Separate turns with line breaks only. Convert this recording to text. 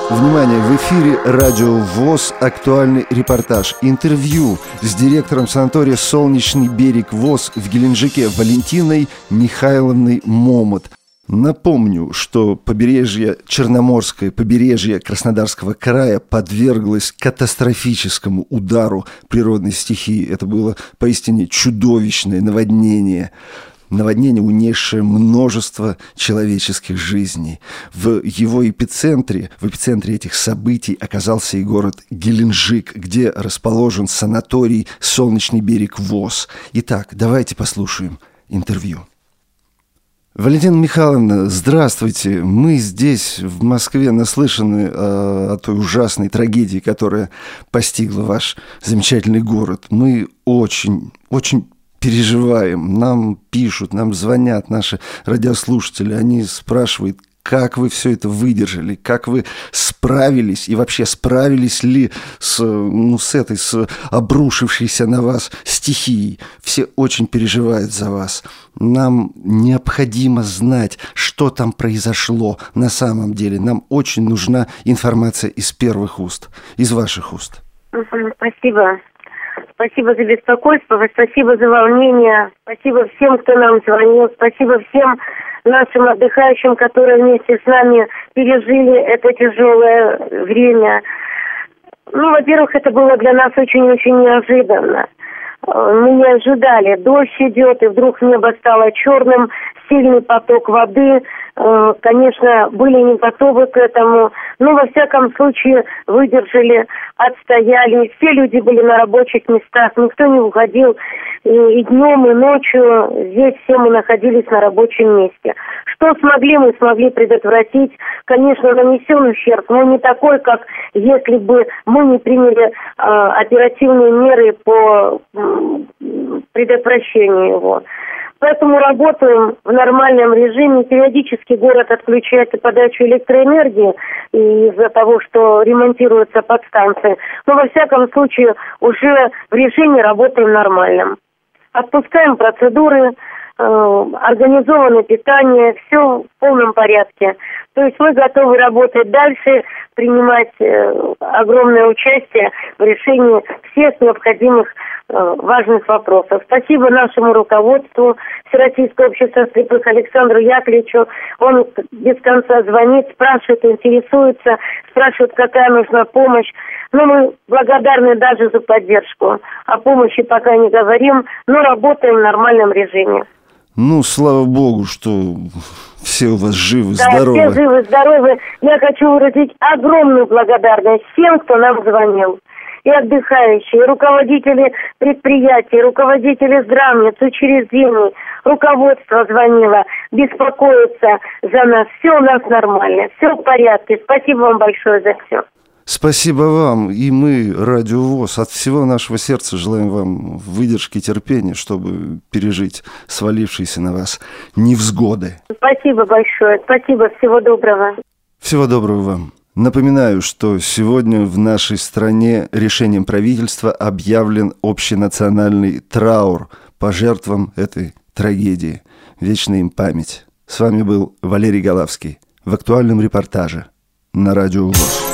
Внимание, в эфире Радио ВОС актуальный репортаж. Интервью с директором санатория «Солнечный берег ВОС» в Геленджике Валентиной Михайловной Момот. Напомню, что побережье Черноморское, побережье Краснодарского края подверглось катастрофическому удару природной стихии. Это было поистине чудовищное наводнение. Наводнение, унесшее множество человеческих жизней. В его эпицентре, в эпицентре этих событий оказался и город Геленджик, где расположен санаторий «Солнечный берег ВОС». Итак, давайте послушаем интервью. Валентина Михайловна, здравствуйте. Мы здесь, в Москве, наслышаны о той ужасной трагедии, которая постигла ваш замечательный город. Мы очень переживаем. Нам пишут, нам звонят наши радиослушатели. Они спрашивают, как вы все это выдержали, как вы справились и вообще справились ли с обрушившейся на вас стихией. Все очень переживают за вас. Нам необходимо знать, что там произошло на самом деле. Нам очень нужна информация из первых уст, из ваших уст.
Спасибо. Спасибо за беспокойство, спасибо за волнение, спасибо всем, кто нам звонил, спасибо всем нашим отдыхающим, которые вместе с нами пережили это тяжелое время. Во-первых, это было для нас очень-очень неожиданно. Мы не ожидали. Дождь идет, и вдруг небо стало черным, сильный поток воды. Конечно, были не готовы к этому, но во всяком случае выдержали, отстояли. Все люди были на рабочих местах, никто не уходил и днем, и ночью. Здесь все мы находились на рабочем месте. Что смогли, мы смогли предотвратить. Конечно, нанесен ущерб, но не такой, как если бы мы не приняли оперативные меры по предотвращению его. Поэтому работаем в нормальном режиме. Периодически город отключает подачу электроэнергии из-за того, что ремонтируются подстанции. Но во всяком случае уже в режиме работаем нормальном. Отпускаем процедуры, организовано питание, все в полном порядке. То есть мы готовы работать дальше, принимать огромное участие в решении всех необходимых важных вопросов. Спасибо нашему руководству Всероссийского общества слепых Александру Яковлевичу. Он без конца звонит, спрашивает, интересуется, спрашивает, какая нужна помощь. Но мы благодарны даже за поддержку. О помощи пока не говорим, но работаем в нормальном режиме.
Слава богу, что все у вас живы,
да,
здоровы.
Да, все живы, здоровы. Я хочу выразить огромную благодарность всем, кто нам звонил. И отдыхающие, и руководители предприятий, руководители здравниц, учреждений, руководство звонило, беспокоится за нас. Все у нас нормально, все в порядке. Спасибо вам большое за все.
Спасибо вам. И мы, Радио ВОС, от всего нашего сердца желаем вам выдержки и терпения, чтобы пережить свалившиеся на вас невзгоды.
Спасибо большое. Спасибо. Всего доброго.
Всего доброго вам. Напоминаю, что сегодня в нашей стране решением правительства объявлен общенациональный траур по жертвам этой трагедии. Вечная им память. С вами был Валерий Голавский в актуальном репортаже на Радио ВОС.